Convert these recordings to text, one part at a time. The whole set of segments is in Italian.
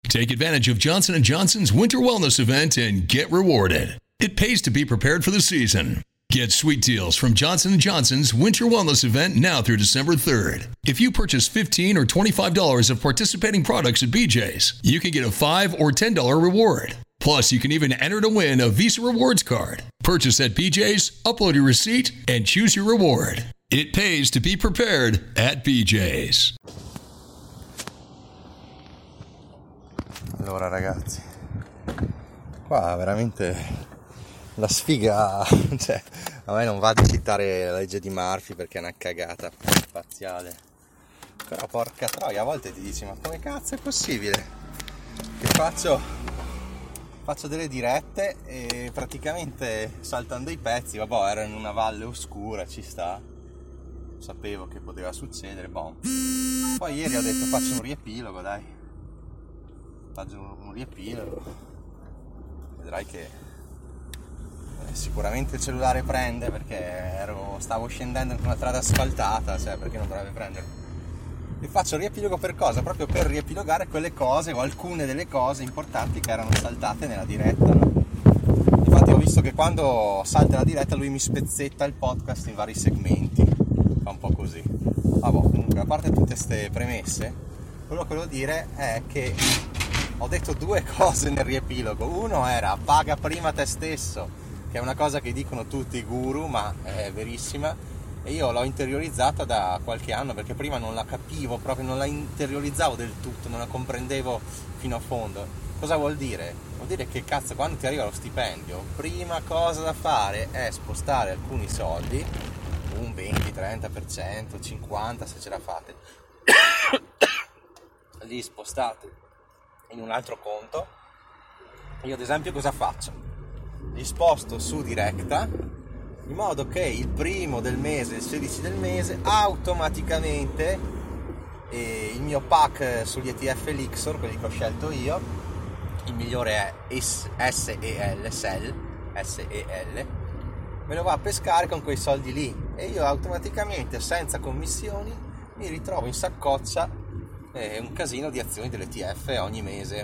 Take advantage of Johnson & Johnson's Winter Wellness Event and get rewarded. It pays to be prepared for the season. Get sweet deals from Johnson & Johnson's Winter Wellness Event now through December 3rd. If you purchase $15 or $25 of participating products at BJ's, you can get a $5 or $10 reward. Plus, you can even enter to win a Visa Rewards card. Purchase at BJ's, upload your receipt, and choose your reward. It pays to be prepared at BJ's. Allora ragazzi, qua veramente la sfiga, cioè a me non va di citare la legge di Murphy perché è una cagata spaziale, però porca troia, a volte ti dici ma come cazzo è possibile che faccio delle dirette e praticamente saltando i pezzi, vabbè, ero in una valle oscura, ci sta, sapevo che poteva succedere, boh. Poi ieri ho detto faccio un riepilogo, dai. Faccio un riepilogo, vedrai che sicuramente il cellulare prende perché stavo scendendo in una strada asfaltata, cioè perché non dovrebbe prendere. E faccio il riepilogo per cosa? Proprio per riepilogare quelle cose o alcune delle cose importanti che erano saltate nella diretta, no? Infatti ho visto che quando salta la diretta lui mi spezzetta il podcast in vari segmenti, fa un po' così. Vabbè, comunque a parte tutte queste premesse, quello che volevo dire è che ho detto due cose nel riepilogo. Uno era paga prima te stesso, che è una cosa che dicono tutti i guru, ma è verissima, e io l'ho interiorizzata da qualche anno perché prima non la capivo, proprio non la interiorizzavo del tutto, non la comprendevo fino a fondo. Cosa vuol dire? Vuol dire che cazzo, quando ti arriva lo stipendio, prima cosa da fare è spostare alcuni soldi, un 20, 30%, 50% se ce la fate, li spostate in un altro conto. Io ad esempio cosa faccio? Li sposto su Directa in modo che il primo del mese, il 16 del mese, automaticamente il mio pack sugli ETF Elixir, quelli che ho scelto io, il migliore è SEL, me lo va a pescare con quei soldi lì e io automaticamente, senza commissioni, mi ritrovo in saccoccia un casino di azioni dell'ETF ogni mese.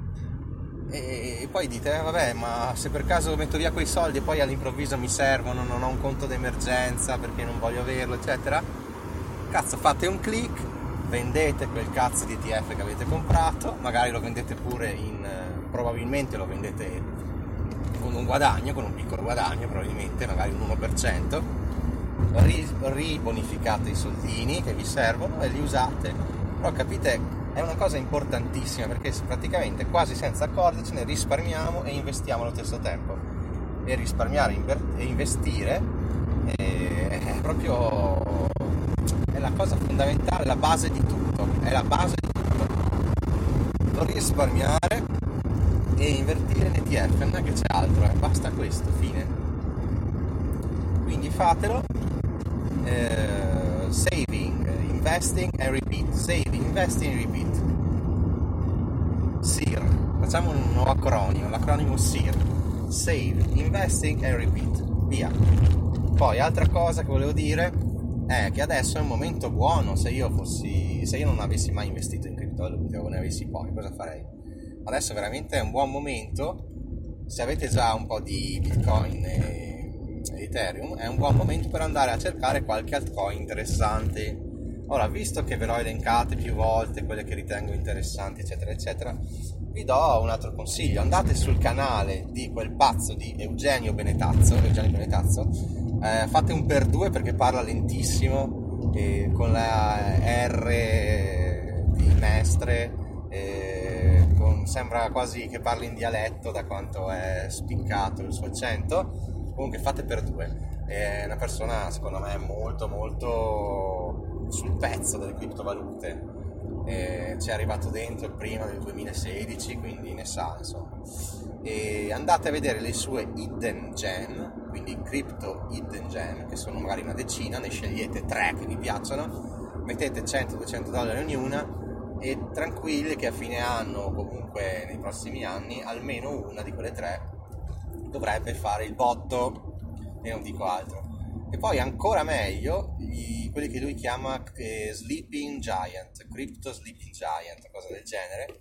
E poi dite vabbè, ma se per caso metto via quei soldi e poi all'improvviso mi servono, non ho un conto d'emergenza perché non voglio averlo, eccetera, cazzo, fate un click, vendete quel cazzo di ETF che avete comprato, magari lo vendete pure probabilmente lo vendete con un guadagno, con un piccolo guadagno, probabilmente magari un 1%, ribonificate i soldini che vi servono e li usate. Però capite, è una cosa importantissima perché praticamente quasi senza accorgercene risparmiamo e investiamo allo stesso tempo. E risparmiare e investire è proprio la cosa fondamentale, la base di tutto. È la base di tutto. Risparmiare e invertire in ETF, non è che c'è altro, basta questo, fine. Quindi fatelo. Saving, investing and repeat. Saving, investing and repeat. SIR. Facciamo un nuovo acronimo, l'acronimo SIR. Save, investing and repeat. Via. Poi altra cosa che volevo dire è che adesso è un momento buono. Se io non avessi mai investito in criptovalute o ne avessi pochi, cosa farei? Adesso veramente è un buon momento. Se avete già un po' di Bitcoin e Ethereum, è un buon momento per andare a cercare qualche altcoin interessante. Ora, visto che ve l'ho elencate più volte, quelle che ritengo interessanti, eccetera, eccetera, vi do un altro consiglio. Andate sul canale di quel pazzo di Eugenio Benetazzo, fate un per due perché parla lentissimo, con la R di Mestre, sembra quasi che parli in dialetto da quanto è spiccato il suo accento. Comunque fate per due, è una persona secondo me molto molto sul pezzo delle criptovalute, ci è arrivato dentro prima del 2016, quindi ne sa, insomma. E andate a vedere le sue hidden gem, quindi crypto hidden gem, che sono magari una decina, ne scegliete 3 che vi piacciono, mettete $100-200 ognuna e tranquilli che a fine anno o comunque nei prossimi anni almeno una di quelle 3 dovrebbe fare il botto, e non dico altro. E poi ancora meglio quelli che lui chiama Sleeping Giant, Crypto Sleeping Giant, cosa del genere,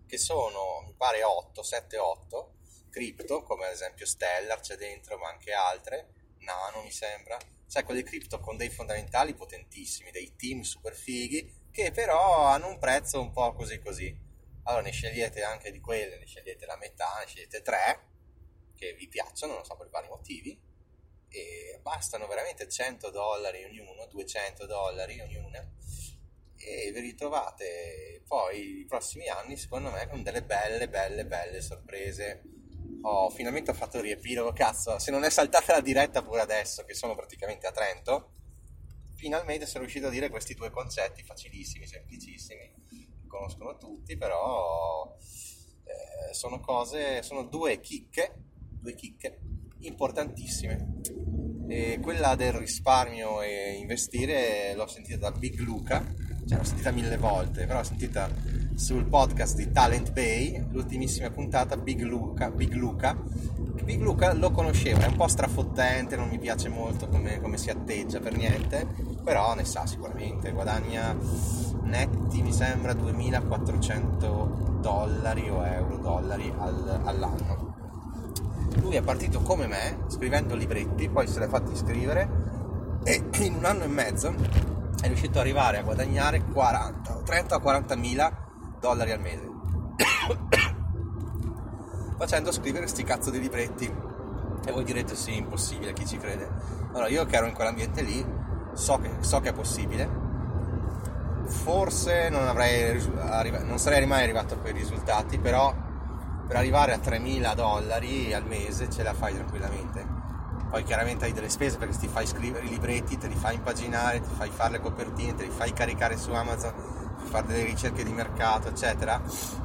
che sono, mi pare 8, 7-8 cripto, come ad esempio Stellar c'è dentro, ma anche altre, Nano mi sembra, cioè quelle cripto con dei fondamentali potentissimi, dei team super fighi, che però hanno un prezzo un po' così così. Allora ne scegliete anche di quelle, ne scegliete la metà, ne scegliete 3 che vi piacciono, non so per vari motivi, e bastano veramente $100 ognuno, $200 ognuna, e vi ritrovate poi i prossimi anni secondo me con delle belle sorprese. Finalmente ho fatto il riepilogo, cazzo, se non è saltata la diretta pure adesso che sono praticamente a Trento, finalmente sono riuscito a dire questi due concetti facilissimi, semplicissimi, che conoscono tutti, però sono due chicche importantissime. E quella del risparmio e investire l'ho sentita da Big Luca, cioè l'ho sentita 1000 volte, però l'ho sentita sul podcast di Talent Bay, l'ultimissima puntata. Big Luca lo conoscevo, è un po' strafottente, non mi piace molto come si atteggia per niente, però ne sa sicuramente, guadagna netti mi sembra $2.400 o dollari all'anno. Lui è partito come me, scrivendo libretti, poi se l'è fatti scrivere e in un anno e mezzo è riuscito ad arrivare a guadagnare 30 o 40 mila dollari al mese facendo scrivere sti cazzo di libretti. E voi direte sì, impossibile, chi ci crede? Allora, io che ero in quell'ambiente lì so che è possibile. Forse non sarei mai arrivato a quei risultati, però per arrivare a $3.000 al mese ce la fai tranquillamente. Poi chiaramente hai delle spese perché ti fai scrivere i libretti, te li fai impaginare, ti fai fare le copertine, te li fai caricare su Amazon, fai fare delle ricerche di mercato, eccetera.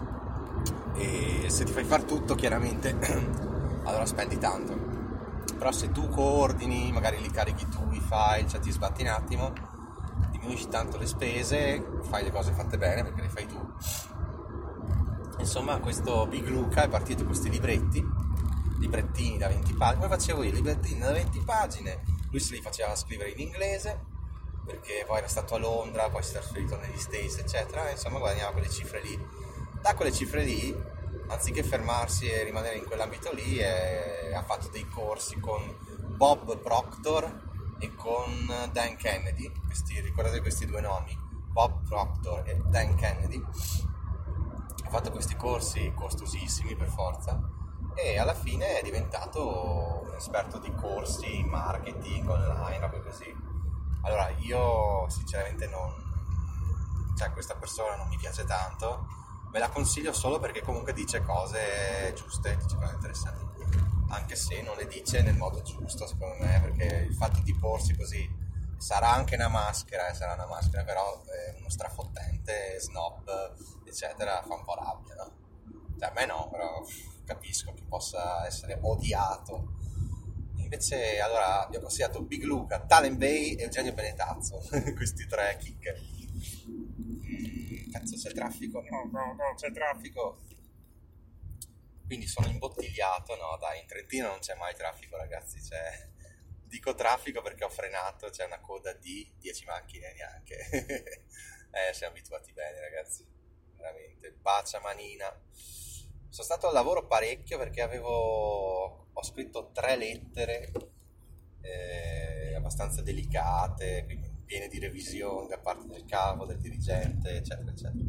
E se ti fai fare tutto, chiaramente allora spendi tanto. Però se tu coordini, magari li carichi tu i file, cioè ti sbatti un attimo, diminuisci tanto le spese, fai le cose fatte bene perché le fai tu. Insomma, questo Big Luca è partito con questi librettini da 20 pagine. Come facevo io, librettini da 20 pagine, lui se li faceva scrivere in inglese perché poi era stato a Londra, poi si è trasferito negli States, eccetera, e insomma guadagnava quelle cifre lì. Da quelle cifre lì, anziché fermarsi e rimanere in quell'ambito lì, ha fatto dei corsi con Bob Proctor e con Dan Kennedy. Ricordate questi due nomi, Bob Proctor e Dan Kennedy. Ha fatto questi corsi costosissimi per forza e alla fine è diventato un esperto di corsi in marketing online, roba così. Allora io sinceramente questa persona non mi piace tanto, ve la consiglio solo perché comunque dice cose giuste, dice cose interessanti, anche se non le dice nel modo giusto secondo me, perché il fatto di porsi così sarà anche una maschera, però uno strafottente, snob, eccetera, fa un po' rabbia, no? Cioè a me no, però capisco che possa essere odiato. Invece allora vi ho consigliato Big Luca, Talent Bay e Eugenio Benetazzo, questi tre chicche. Cazzo, c'è traffico? No, c'è traffico. Quindi sono imbottigliato. No dai, in Trentino non c'è mai traffico, ragazzi. Dico traffico perché ho frenato, c'è una coda di 10 macchine neanche. Siamo abituati bene, ragazzi, veramente. Bacia manina. Sono stato al lavoro parecchio perché ho scritto 3 lettere abbastanza delicate, quindi piene di revisioni da parte del capo, del dirigente, eccetera, eccetera.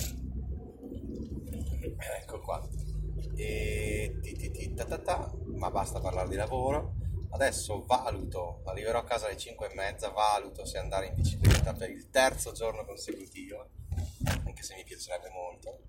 Ecco qua. Ma basta parlare di lavoro. Adesso arriverò a casa alle 5:30, valuto se andare in bicicletta per il 3° giorno consecutivo, anche se mi piacerebbe molto.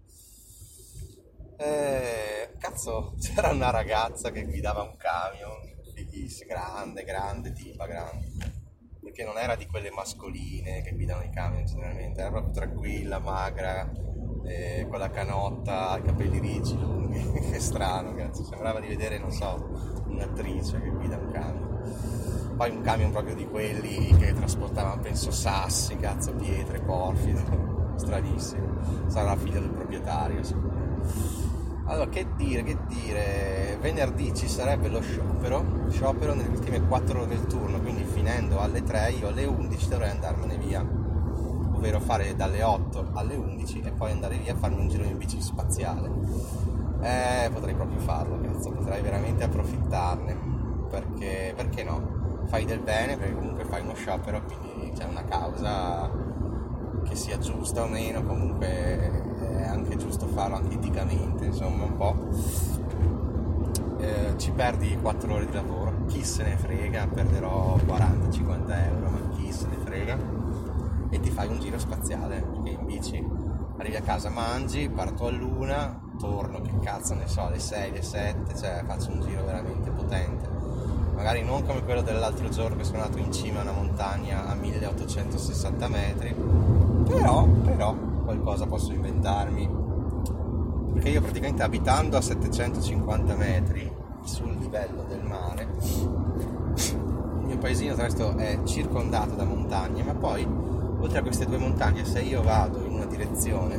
Cazzo, c'era una ragazza che guidava un camion, fighissima, grande, perché non era di quelle mascoline che guidano i camion generalmente, era proprio tranquilla, magra, con la canotta, i capelli ricci, lunghi. Che strano, cazzo, sembrava di vedere, non so, un'attrice che guida un camion. Poi un camion proprio di quelli che trasportavano, penso, sassi, cazzo, pietre, porfido, stranissimo. Sarà figlio del proprietario, sicuro. Allora, che dire, venerdì ci sarebbe lo sciopero nelle ultime 4 ore del turno, quindi finendo alle 3 io alle 11 dovrei andarmene via. ovvero fare dalle 8 alle 11 e poi andare via a farmi un giro in bici spaziale. Potrei proprio farlo, cazzo, potrei veramente approfittarne, perché no? Fai del bene, perché comunque fai uno sciopero, quindi c'è una causa che sia giusta o meno, comunque è anche giusto farlo anche eticamente, insomma, un po'. Ci perdi 4 ore di lavoro, chi se ne frega, perderò 40-50 euro, ma chi se ne frega, e ti fai un giro spaziale, perché in bici arrivi a casa, mangi, parto all'1, torno, che cazzo ne so, alle 6, alle 7, cioè faccio un giro veramente potente, magari non come quello dell'altro giorno che sono andato in cima a una montagna a 1860 metri, però qualcosa posso inventarmi, perché io praticamente, abitando a 750 metri sul livello del mare, il mio paesino tra l'altro è circondato da montagne, ma poi oltre a queste 2 montagne, se io vado in una direzione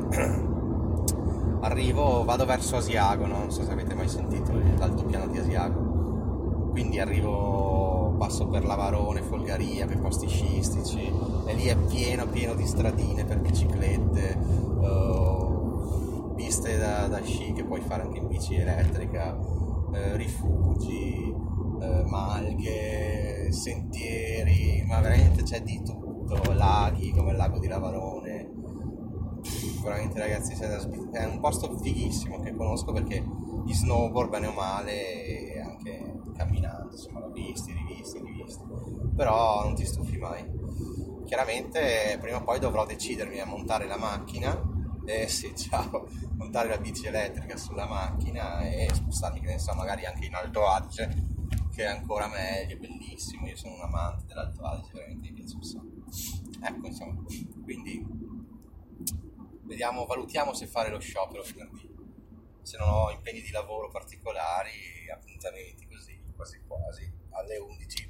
vado verso Asiago, no? Non so se avete mai sentito l'altopiano di Asiago, quindi passo per Lavarone, Folgaria, per posti sciistici, e lì è pieno di stradine per biciclette, piste da sci che puoi fare anche in bici elettrica, rifugi, malghe, sentieri, ma veramente c'è di tutto, laghi come il lago di Lavarone. Veramente ragazzi, è un posto fighissimo che conosco, perché di snowboard bene o male, e anche camminando, insomma, l'ho rivisti, però non ti stufi mai. Chiaramente prima o poi dovrò decidermi a montare la macchina, montare la bici elettrica sulla macchina e spostarmi, che ne so, magari anche in Alto Adige, che è ancora meglio, bellissimo. Io sono un amante dell'Alto Adige, veramente mi piace un sacco. Ecco, insomma, quindi valutiamo se fare lo sciopero venerdì, se non ho impegni di lavoro particolari, appuntamenti così, quasi alle 11.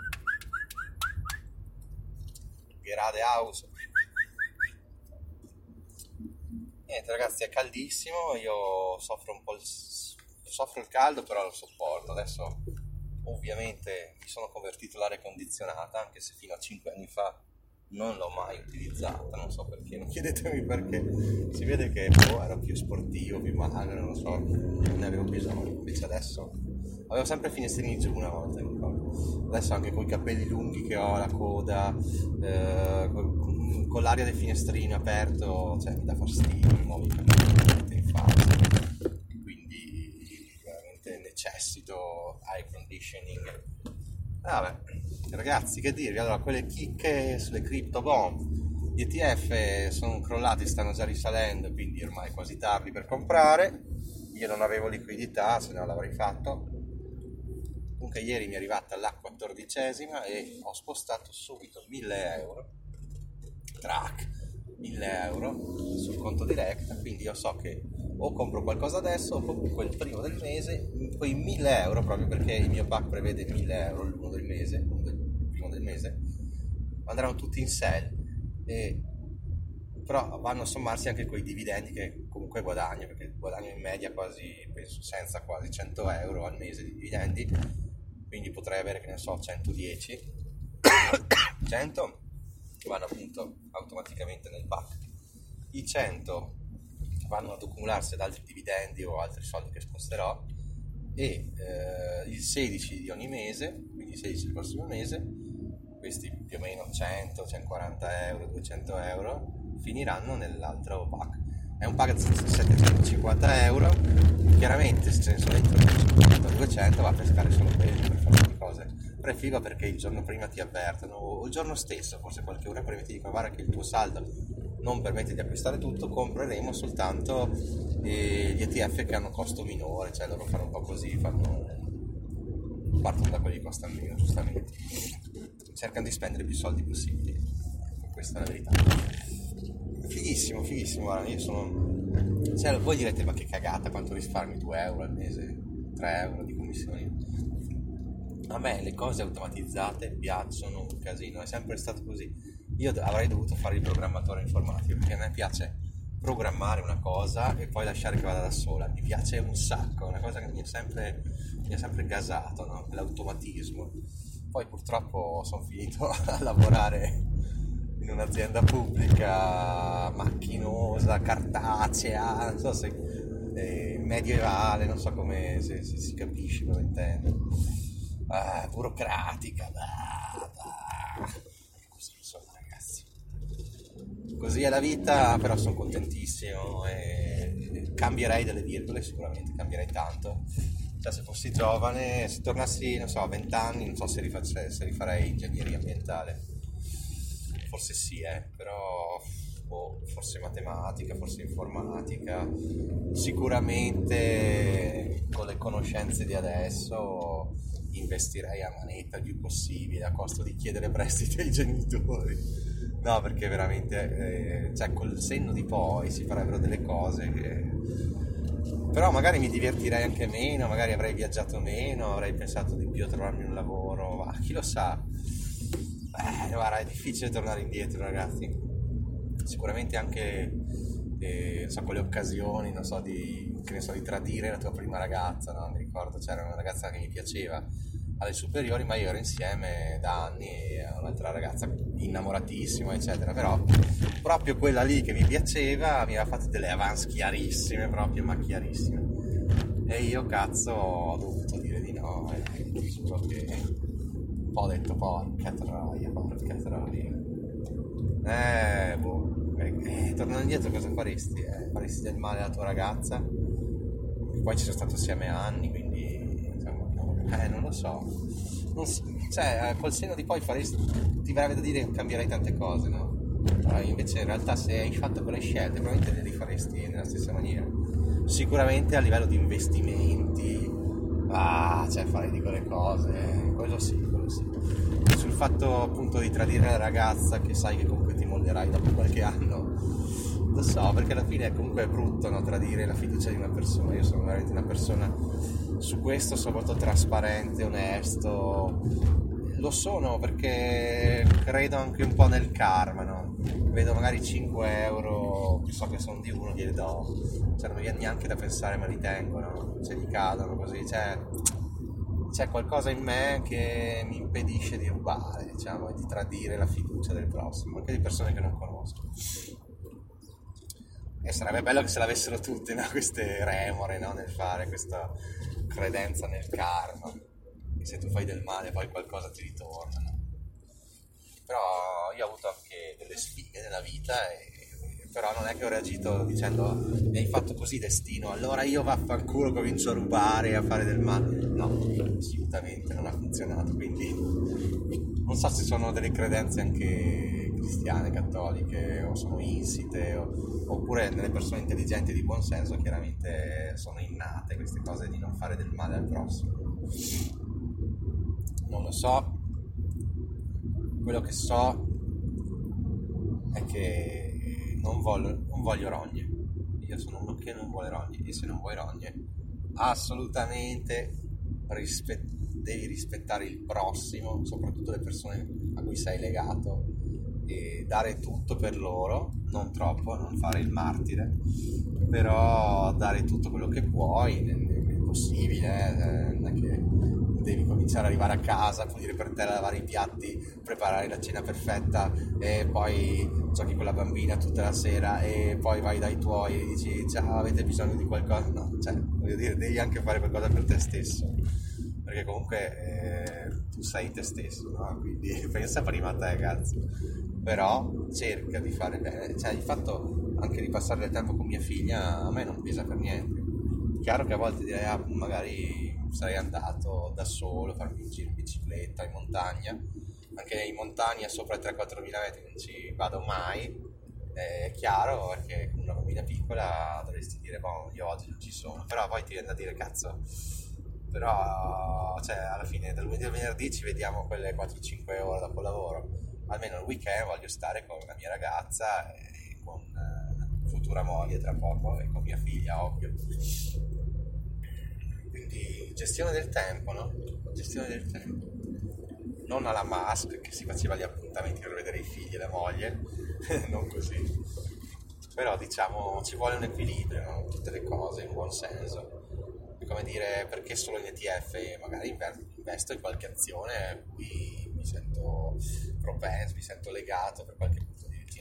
Gerade House. Niente ragazzi, è caldissimo, io soffro il caldo, però lo sopporto. Adesso ovviamente mi sono convertito all'aria condizionata, anche se fino a 5 anni fa non l'ho mai utilizzata, non so perché, non chiedetemi perché, si vede che ero più sportivo, più magro, non so, non ne avevo bisogno, invece adesso avevo sempre finestrini giù una volta, mi ricordo. Adesso anche con i capelli lunghi che ho, la coda, con l'aria del finestrino aperto, cioè mi dà fastidio, mi muovo i capelli in faccia, quindi veramente necessito air conditioning. Vabbè, ragazzi, che dirvi, allora, quelle chicche sulle crypto bomb, gli ETF sono crollati, stanno già risalendo, quindi ormai è quasi tardi per comprare. Io non avevo liquidità, se no l'avrei fatto. Comunque ieri mi è arrivata la 14ª e ho spostato subito 1.000 euro, 1.000 euro sul conto direct, quindi io so che o compro qualcosa adesso o comunque il primo del mese, quei 1.000 euro, proprio perché il mio pack prevede 1.000 euro il primo del mese, andranno tutti in sell, però vanno a sommarsi anche quei dividendi che comunque guadagno, perché guadagno in media penso senza quasi 100 euro al mese di dividendi, quindi potrei avere, che ne so, 110 100 vanno appunto automaticamente nel pack, i 100 vanno ad accumularsi ad altri dividendi o altri soldi che sposterò, e il 16 di ogni mese, quindi il 16 del prossimo mese, questi più o meno 100, 140 euro, 200 euro finiranno nell'altro pack. È un pack di 750 euro, chiaramente se ce ne sono dentro 200 va a pescare solo quelli per fare le cose. Però è figo perché il giorno prima ti avvertono, o il giorno stesso, forse qualche ora prima ti dicono: guarda che il tuo saldo non permette di acquistare tutto, compreremo soltanto gli ETF che hanno costo minore, cioè loro fanno un po' così, partono da quelli che costano meno, giustamente, cercano di spendere più soldi possibili, questa è la verità. Fighissimo, guarda, io sono, cioè, voi direte: ma che cagata, quanto risparmi, 2 euro al mese, 3 euro di commissioni? A me le cose automatizzate piacciono un casino, è sempre stato così. Io avrei dovuto fare il programmatore informatico, perché a me piace programmare una cosa e poi lasciare che vada da sola, mi piace un sacco, è una cosa che mi ha sempre gasato, no? L'automatismo. Poi purtroppo sono finito a lavorare in un'azienda pubblica macchinosa, cartacea, non so se medievale, non so come se si capisce cosa intendo, burocratica, così, insomma, ragazzi, così è la vita. Però sono contentissimo e cambierei delle virgole, sicuramente cambierei tanto. Cioè, se fossi giovane, se tornassi, non so, a 20 anni, non so se rifarei ingegneria ambientale. Forse sì, però forse matematica, forse informatica. Sicuramente con le conoscenze di adesso investirei a manetta il più possibile, a costo di chiedere prestiti ai genitori. No, perché veramente, cioè, col senno di poi si farebbero delle cose che... Però magari mi divertirei anche meno, magari avrei viaggiato meno, avrei pensato di più a trovarmi un lavoro, ma chi lo sa. Guarda, è difficile tornare indietro, ragazzi. Sicuramente anche quelle occasioni, non so, di tradire la tua prima ragazza, no? Mi ricordo c'era una ragazza che mi piaceva alle superiori, ma io ero insieme da anni a un'altra ragazza innamoratissima, eccetera, però proprio quella lì che mi piaceva mi aveva fatto delle avance chiarissime, proprio, ma chiarissime, e io cazzo ho dovuto dire di no, e ti giuro che ho detto porca troia. Tornando indietro cosa faresti? Faresti del male alla tua ragazza? Poi ci sono stato assieme anni, quindi insomma, non lo so. Cioè, col senno di poi ti verrebbe da dire che cambierai tante cose, no? Invece in realtà se hai fatto quelle scelte probabilmente le rifaresti nella stessa maniera. Sicuramente a livello di investimenti, cioè fare di quelle cose, quello sì. Sul fatto appunto di tradire la ragazza, che sai che comunque ti mollerai dopo qualche anno, lo so, perché alla fine comunque è brutto, no? Tradire la fiducia di una persona. Io sono veramente una persona su questo sono molto trasparente, onesto. Lo sono perché credo anche un po' nel karma, no? Vedo magari 5 euro che so che sono di uno, glieli do, cioè non mi viene neanche da pensare, ma li tengo, no? Se gli cadono così, cioè c'è qualcosa in me che mi impedisce di rubare, diciamo, e di tradire la fiducia del prossimo, anche di persone che non conosco. E sarebbe bello che se l'avessero tutte, no? Queste remore, no? Nel fare questa credenza nel karma, che se tu fai del male poi qualcosa ti ritorna, no? Però io ho avuto anche delle sfighe nella vita, però non è che ho reagito dicendo mi hai fatto così destino, allora io vaffanculo comincio a rubare e a fare del male. No, assolutamente non ha funzionato, quindi non so se sono delle credenze anche cristiane, cattoliche, o sono insite, oppure nelle persone intelligenti e di buon senso chiaramente sono innate queste cose di non fare del male al prossimo. Non lo so. Quello che so è che non voglio rogne. Io sono uno che non vuole rogne, e se non vuoi rogne assolutamente devi rispettare il prossimo, soprattutto le persone a cui sei legato, e dare tutto per loro, non troppo, non fare il martire, però dare tutto quello che puoi nel possibile, non è che devi cominciare ad arrivare a casa, pulire per te, lavare i piatti, preparare la cena perfetta e poi giochi con la bambina tutta la sera e poi vai dai tuoi e dici ciao, avete bisogno di qualcosa? No, cioè, voglio dire, devi anche fare qualcosa per te stesso, perché comunque tu sei te stesso, no? Quindi pensa prima a te, cazzo. Però cerca di fare bene, cioè il fatto anche di passare del tempo con mia figlia a me non pesa per niente. Chiaro che a volte direi magari sarei andato da solo, farmi un giro in bicicletta in montagna, anche in montagna sopra i 3-4 mila metri non ci vado mai, è chiaro, perché con una bambina piccola dovresti dire boh, io oggi non ci sono, però poi ti viene da dire cazzo, però cioè alla fine dal lunedì al venerdì ci vediamo quelle 4-5 ore dopo il lavoro, almeno il weekend voglio stare con la mia ragazza e con futura moglie tra poco e con mia figlia, ovvio. Quindi gestione del tempo, no? Gestione del tempo. Non alla Musk che si faceva gli appuntamenti per vedere i figli e la moglie, non così. Però diciamo ci vuole un equilibrio, no? Tutte le cose in buon senso. È come dire, perché solo in ETF? Magari investo in qualche azione a cui mi sento propenso, mi sento legato per qualche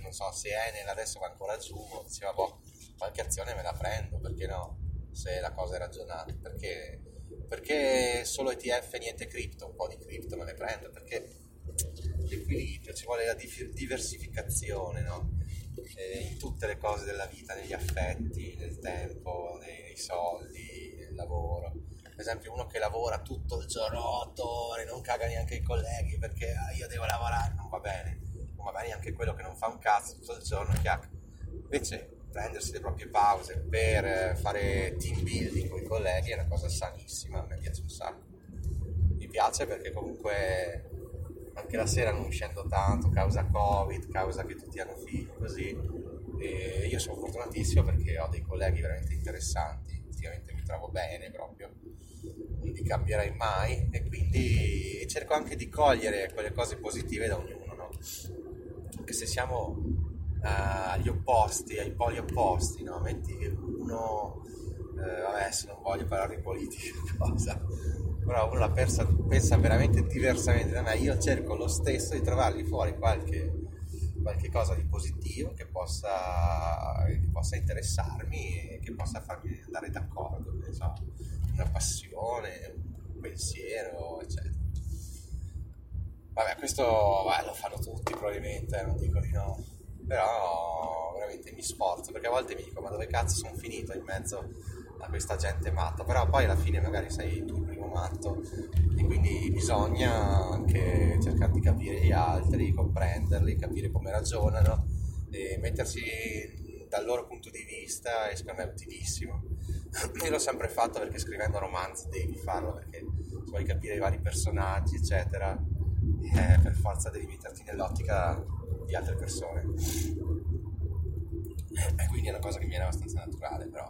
non so, se Enel adesso va ancora giù, diceva, qualche azione me la prendo, perché no? Se la cosa è ragionata, perché solo ETF e niente cripto, un po' di cripto me ne prendo, perché l'equilibrio, ci vuole la diversificazione, no? In tutte le cose della vita, negli affetti, nel tempo, nei soldi, nel lavoro. Per esempio, uno che lavora tutto il giorno, 8 ore, non caga neanche i colleghi perché io devo lavorare, non va bene. Non va bene neanche quello che non fa un cazzo tutto il giorno, chiacca. Invece prendersi le proprie pause per fare team building con i colleghi è una cosa sanissima, a me piace un sacco. Mi piace perché comunque anche la sera non uscendo tanto, causa Covid, causa che tutti hanno figli, così. E io sono fortunatissimo perché ho dei colleghi veramente interessanti, ultimamente mi trovo bene proprio, non li cambierei mai, e quindi cerco anche di cogliere quelle cose positive da ognuno, no? Anche se siamo agli opposti, ai poli opposti, no? Metti che uno, adesso non voglio parlare di politica, cosa, però uno pensa veramente diversamente da me. Io cerco lo stesso di trovargli fuori qualche cosa di positivo che possa interessarmi e che possa farmi andare d'accordo, ne so, una passione, un pensiero, eccetera. Vabbè, questo lo fanno tutti probabilmente, non dico di no, però veramente mi sforzo, perché a volte mi dico, ma dove cazzo sono finito in mezzo a questa gente matta? Però poi alla fine magari sei tu il primo matto, e quindi bisogna anche cercare di capire gli altri, comprenderli, capire come ragionano e mettersi dal loro punto di vista, e secondo me è utilissimo. Io l'ho sempre fatto perché scrivendo romanzi devi farlo, perché se vuoi capire i vari personaggi eccetera, per forza devi metterti nell'ottica di altre persone, e quindi è una cosa che mi viene abbastanza naturale. Però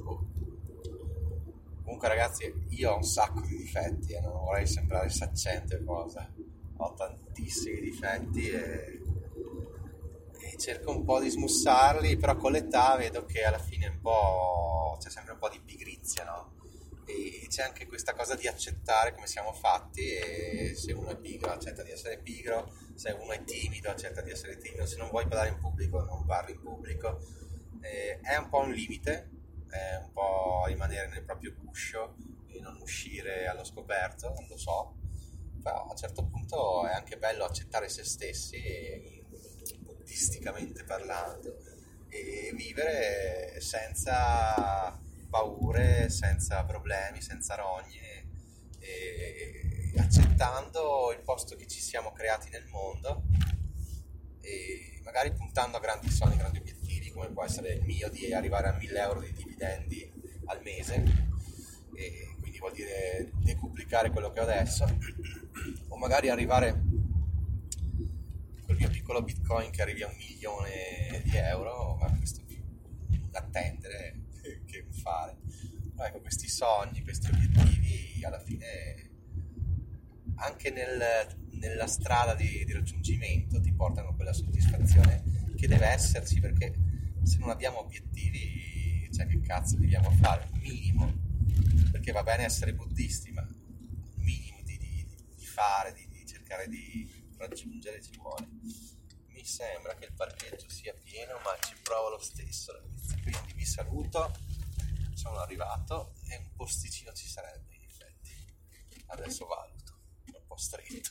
comunque ragazzi, io ho un sacco di difetti, non vorrei sembrare saccente o cosa, ho tantissimi difetti e cerco un po' di smussarli, però con l'età vedo che alla fine c'è sempre un po' di pigrizia, no? E c'è anche questa cosa di accettare come siamo fatti, e se uno è pigro accetta di essere pigro, se uno è timido accetta di essere timido, se non vuoi parlare in pubblico non parli in pubblico. È un po' un limite, è un po' rimanere nel proprio guscio e non uscire allo scoperto, non lo so, però a un certo punto è anche bello accettare se stessi, buddisticamente parlando, e vivere senza paure, senza problemi, senza rogne, e accettando il posto che ci siamo creati nel mondo, e magari puntando a grandi sogni, grandi obiettivi, come può essere il mio di arrivare a 1.000 euro di dividendi al mese, e quindi vuol dire decuplicare quello che ho adesso, o magari arrivare col mio piccolo bitcoin che arrivi a 1 milione di euro, ma questo è più attendere che fare. Però ecco, questi sogni, questi obiettivi alla fine anche nella strada di raggiungimento ti portano a quella soddisfazione che deve esserci, perché se non abbiamo obiettivi, cioè che cazzo dobbiamo fare? Un minimo, perché va bene essere buddisti, ma un minimo di fare, di cercare di raggiungere ci vuole. Mi sembra che il parcheggio sia pieno, ma ci provo lo stesso, ragazzi. Quindi vi saluto, sono arrivato e un posticino ci sarebbe, in effetti. Adesso valuto, è un po' stretto.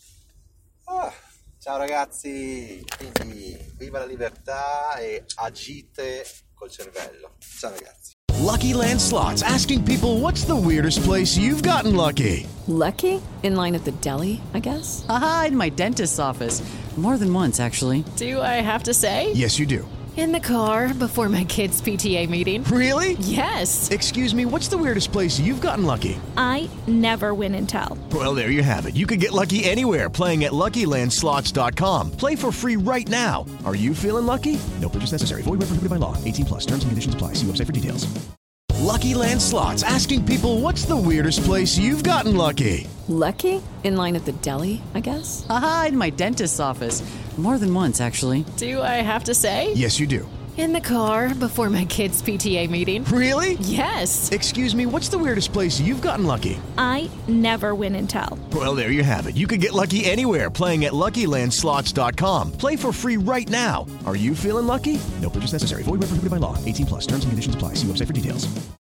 Ciao ragazzi, quindi viva la libertà e agite col cervello. Ciao ragazzi. Lucky Land Slots, asking people, what's the weirdest place you've gotten lucky? Lucky? In line at the deli, I guess? Aha, in my dentist's office. More than once, actually. Do I have to say? Yes, you do. In the car before my kids' PTA meeting. Really? Yes. Excuse me, what's the weirdest place you've gotten lucky? I never win and tell. Well, there you have it. You can get lucky anywhere, playing at LuckyLandSlots.com. Play for free right now. Are you feeling lucky? No purchase necessary. Void where prohibited by law. 18+. Terms and conditions apply. See website for details. Lucky Land Slots, asking people, what's the weirdest place you've gotten lucky? Lucky? In line at the deli, I guess? Aha, in my dentist's office. More than once, actually. Do I have to say? Yes, you do. In the car before my kids' PTA meeting. Really? Yes. Excuse me, what's the weirdest place you've gotten lucky? I never win and tell. Well, there you have it. You can get lucky anywhere, playing at LuckyLandSlots.com. Play for free right now. Are you feeling lucky? No purchase necessary. Void where prohibited by law. 18 plus. Terms and conditions apply. See website for details.